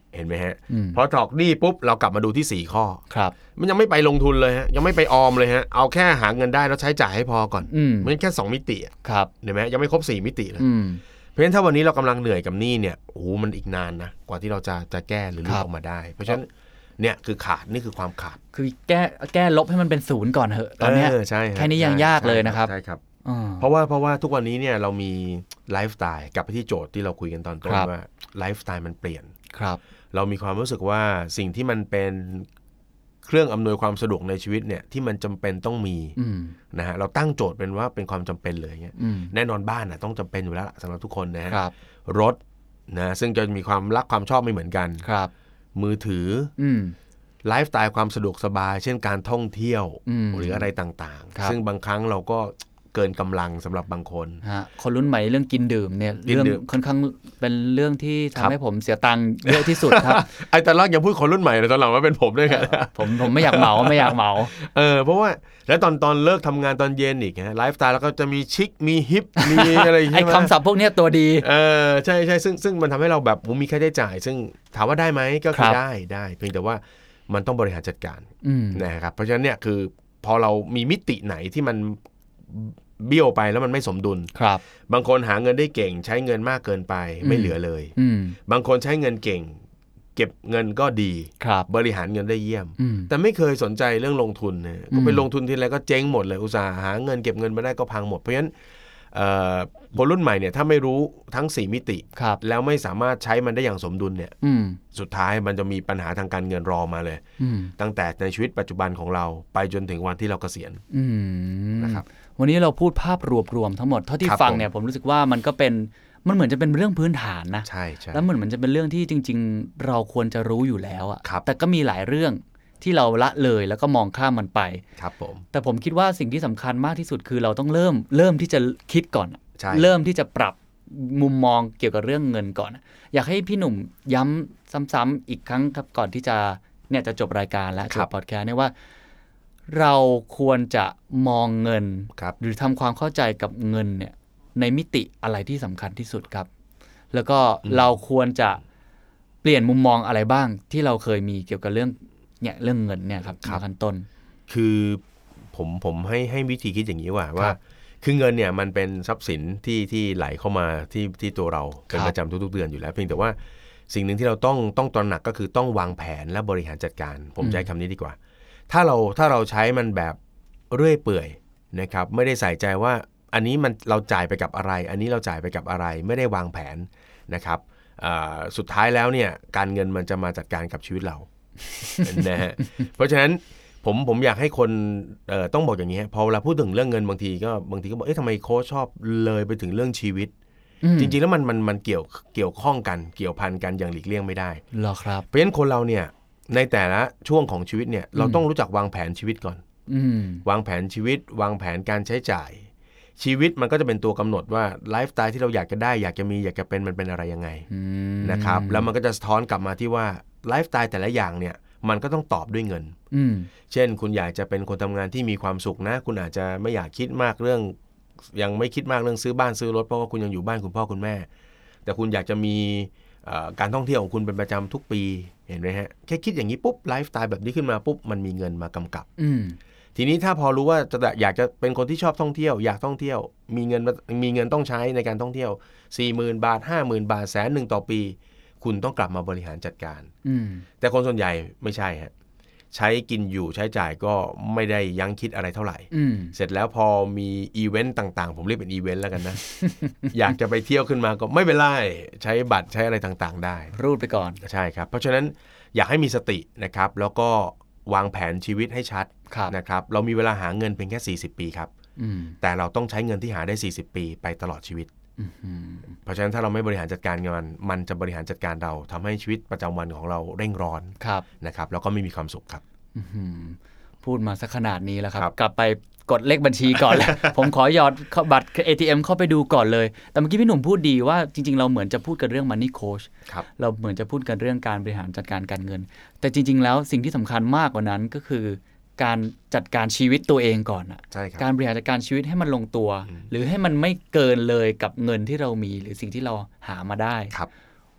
เห็นไหมฮะพอถอกหนี้ปุ๊บเรากลับมาดูที่สี่ข้อครับมันยังไม่ไปลงทุนเลยฮะยังไม่ไปออมเลยฮะเอาแค่หาเงินได้แล้วใช้จ่ายให้พอก่อนมันแค่สองมิติครับเห็นไหมยังไม่ครบสี่มิติเลยเพราะฉะนั้นถ้าวันนี้เรากำลังเหนื่อยกับหนี้เนี่ยโอ้โหมันอีกนานนะกว่าที่เราจะจะแก้หรือลุกออกมาได้เพราะฉะนั้นเนี่ยคือขาดนี่คือความขาดคือแก้แก้ลบให้มันเป็นศูนย์ก่อนเถอะตอนนี้แค่นี้ยังยากเลยนะครับใช่ครับเพราะว่าเพราะว่าทุกวันนี้เนี่ยเรามีไลฟ์สไตล์กลับไปที่โจทย์ที่เราคุยกันตอนต้นว่าไลฟ์สไตล์มันเปลี่ยนครับเรามีความรู้สึกว่าสิ่งที่มันเป็นเครื่องอำนวยความสะดวกในชีวิตเนี่ยที่มันจำเป็นต้องมีนะฮะเราตั้งโจทย์เป็นว่าเป็นความจำเป็นเลยเงี้ยแน่นอนบ้านนะต้องจำเป็นอยู่แล้วสำหรับทุกคนนะฮะรถนะซึ่งจะมีความรักความชอบไม่เหมือนกันมือถือไลฟ์สไตล์ความสะดวกสบายเช่นการท่องเที่ยวหรืออะไรต่างๆซึ่งบางครั้งเราก็เกินกำลังสำหรับบางคนคนรุ่นใหม่เรื่องกินดื่มเนี่ยเรื่องค่อนข้างเป็นเรื่องที่ทำให้ผมเสียตังค์เยอะที่สุดครับไอ้ตอนแรกยังพูดคนรุ่นใหม่เลยตอนหลังว่าเป็นผมด้วยกันผมผมไม่อยากเหมาไม่อยากเหมาเออเพราะว่าแล้วตอนตอนเลิกทำงานตอนเย็นอีกฮะไลฟ์สไตล์แล้วก็จะมีชิคมีฮิปมีอะไรใช่ไหมไอ้คำศัพท์พวกนี้ตัวดีเออใช่ใช่ซึ่งซึ่งมันทำให้เราแบบมีค่าใช้จ่ายซึ่งถามว่าได้ไหมก็คือได้ได้เพียงแต่ว่ามันต้องบริหารจัดการนะครับเพราะฉะนั้นเนี่ยคือพอเรามีมิติไหนที่มันเบี้ยวไปแล้วมันไม่สมดุลครับบางคนหาเงินได้เก่งใช้เงินมากเกินไปไม่เหลือเลยบางคนใช้เงินเก่งเก็บเงินก็ดีบริหารเงินได้เยี่ยมแต่ไม่เคยสนใจเรื่องลงทุนนะก็ไปลงทุนทีไรก็เจ๊งหมดเลยอุตสาห์หาเงินเก็บเงินมาได้ก็พังหมดเพราะฉะนั้นคนรุ่นใหม่เนี่ยถ้าไม่รู้ทั้งสี่มิติแล้วไม่สามารถใช้มันได้อย่างสมดุลเนี่ยสุดท้ายมันจะมีปัญหาทางการเงินรอมาเลยตั้งแต่ในชีวิตปัจจุบันของเราไปจนถึงวันที่เราเกษียณนะครับวันนี้เราพูดภาพรวมๆทั้งหมดเท่าที่ฟังเนี่ยผมรู้สึกว่ามันก็เป็นมันเหมือนจะเป็นเรื่องพื้นฐานนะใช่ใช่แล้วมันเหมือนจะเป็นเรื่องที่จริงๆเราควรจะรู้อยู่แล้วอะแต่ก็มีหลายเรื่องที่เราละเลยแล้วก็มองข้ามมันไปครับผมแต่ผมคิดว่าสิ่งที่สำคัญมากที่สุดคือเราต้องเริ่มเริ่มที่จะคิดก่อนเริ่มที่จะปรับมุมมองเกี่ยวกับเรื่องเงินก่อนอยากให้พี่หนุ่มย้ำซ้ำๆอีกครั้งครับก่อนที่จะเนี่ยจะจบรายการแล้วจบพอดแคสต์เนี่ยว่าเราควรจะมองเงินหรือทำความเข้าใจกับเงินเนี่ยในมิติอะไรที่สำคัญที่สุดครับแล้วก็เราควรจะเปลี่ยนมุมมองอะไรบ้างที่เราเคยมีเกี่ยวกับเรื่องเนี่ยเรื่องเงินเนี่ยครับขั้นต้นคือผมผมให้ให้วิธีคิดอย่างนี้ว่าว่าคือเงินเนี่ยมันเป็นทรัพย์สินที่ที่ไหลเข้ามาที่ที่ตัวเราเป็นประจำทุกๆเดือนอยู่แล้วเพียงแต่ว่าสิ่งหนึ่งที่เราต้องต้องตระหนักก็คือต้องวางแผนและบริหารจัดการผมใช้คำนี้ดีกว่าถ้าเราถ้าเราใช้มันแบบเรื่อยเปื่อยนะครับไม่ได้ใส่ใจว่าอันนี้มันเราจ่ายไปกับอะไรอันนี้เราจ่ายไปกับอะไรไม่ได้วางแผนนะครับสุดท้ายแล้วเนี่ยการเงินมันจะมาจัดการกับชีวิตเรา นะฮะเพราะฉะนั้นผมผมอยากให้คนเอ่อต้องบอกอย่างนี้พอเวลาพูดถึงเรื่องเงินบางทีก็บางทีก็บอกเอ๊ะทำไมโค้ชชอบเลยไปถึงเรื่องชีวิตจริงๆแล้วมันมันมันเกี่ยวเกี่ยวข้องกันเกี่ยวพันกันอย่างหลีกเลี่ยงไม่ได้หรอครับเพราะฉะนั้นคนเราเนี่ยในแต่ละช่วงของชีวิตเนี่ยเราต้องรู้จักวางแผนชีวิตก่อนวางแผนชีวิตวางแผนการใช้จ่ายชีวิตมันก็จะเป็นตัวกำหนดว่าไลฟ์สไตล์ที่เราอยากจะได้อยากจะมีอยากจะเป็นมันเป็นอะไรยังไงนะครับแล้วมันก็จะสะท้อนกลับมาที่ว่าไลฟ์สไตล์แต่ละอย่างเนี่ยมันก็ต้องตอบด้วยเงินเช่นคุณอยากจะเป็นคนทำงานที่มีความสุขนะคุณอาจจะไม่อยากคิดมากเรื่องยังไม่คิดมากเรื่องซื้อบ้านซื้อรถเพราะว่าคุณยังอยู่บ้านคุณพ่อคุณแม่แต่คุณอยากจะมีการท่องเที่ยวของคุณเป็นประจำทุกปีเห็นไหมฮะแค่คิดอย่างนี้ปุ๊บไลฟ์สไตล์แบบนี้ขึ้นมาปุ๊บมันมีเงินมากำกับทีนี้ถ้าพอรู้ว่าจะอยากจะเป็นคนที่ชอบท่องเที่ยวอยากท่องเที่ยวมีเงินมีเงินต้องใช้ในการท่องเที่ยว สี่หมื่น บาท ห้าหมื่น บาทแสนหนึ่งต่อปีคุณต้องกลับมาบริหารจัดการแต่คนส่วนใหญ่ไม่ใช่ฮะใช้กินอยู่ใช้จ่ายก็ไม่ได้ยั้งคิดอะไรเท่าไหร่เสร็จแล้วพอมีอีเวนต์ต่างๆผมเรียกเป็นอีเวนต์แล้วกันนะ อยากจะไปเที่ยวขึ้นมาก็ไม่เป็นไรใช้บัตรใช้อะไรต่างๆได้รูดไปก่อนใช่ครับเพราะฉะนั้นอยากให้มีสตินะครับแล้วก็วางแผนชีวิตให้ชัดนะครับเรามีเวลาหาเงินเพียงแค่สี่สิบปีครับแต่เราต้องใช้เงินที่หาได้สี่สิบปีไปตลอดชีวิตเพราะฉะนั้นถ้าเราไม่บริหารจัดการงานมันจะบริหารจัดการเราทำให้ชีวิตประจำวันของเราเร่งร้อนนะครับแล้วก็ไม่มีความสุขครับพูดมาสักขนาดนี้แล้วครับกลับไปกดเลขบัญชีก่อนเลย ผมขอหยอดบัตร เอ ที เอ็ม เข้าไปดูก่อนเลยแต่เมื่อกี้พี่หนุ่มพูดดีว่าจริงๆเราเหมือนจะพูดกันเรื่อง Money Coach เราเหมือนจะพูดกันเรื่องการบริหารจัดการการเงินแต่จริงๆแล้วสิ่งที่สำคัญมากกว่านั้นก็คือการจัดการชีวิตตัวเองก่อนอ่ะการบริหารจัดการชีวิตให้มันลงตัวหรือให้มันไม่เกินเลยกับเงินที่เรามีหรือสิ่งที่เราหามาได้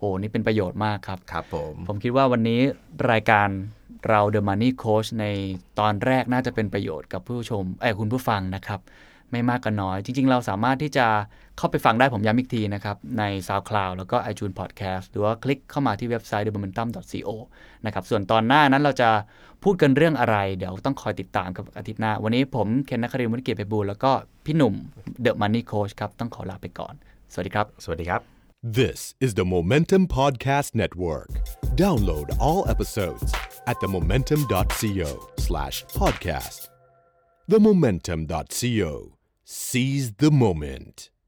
อ้นี่เป็นประโยชน์มากครับครับผมผมคิดว่าวันนี้รายการเรา The Money Coach ในตอนแรกน่าจะเป็นประโยชน์กับผู้ชมเอ้ยคุณผู้ฟังนะครับไม่มากก็น้อยจริงๆเราสามารถที่จะเข้าไปฟังได้ผมย้ำอีกทีนะครับใน SoundCloud แล้วก็ iTunes Podcast หรือว่าคลิกเข้ามาที่เว็บไซต์ เดอะ โมเมนตัม ดอท ซี โอ นะครับส่วนตอนหน้านั้นเราจะพูดกันเรื่องอะไรเดี๋ยวต้องคอยติดตามกับอาทิตย์หน้าวันนี้ผมเคนนครินทร์ วุฒิเกียรติไพบูลย์แล้วก็พี่หนุ่ม The Money Coach ครับต้องขอลาไปก่อนสวัสดีครับสวัสดีครับ This is the Momentum Podcast Network. Download all episodes at the momentum dot co slash podcast. the momentum dot co. Seize the moment.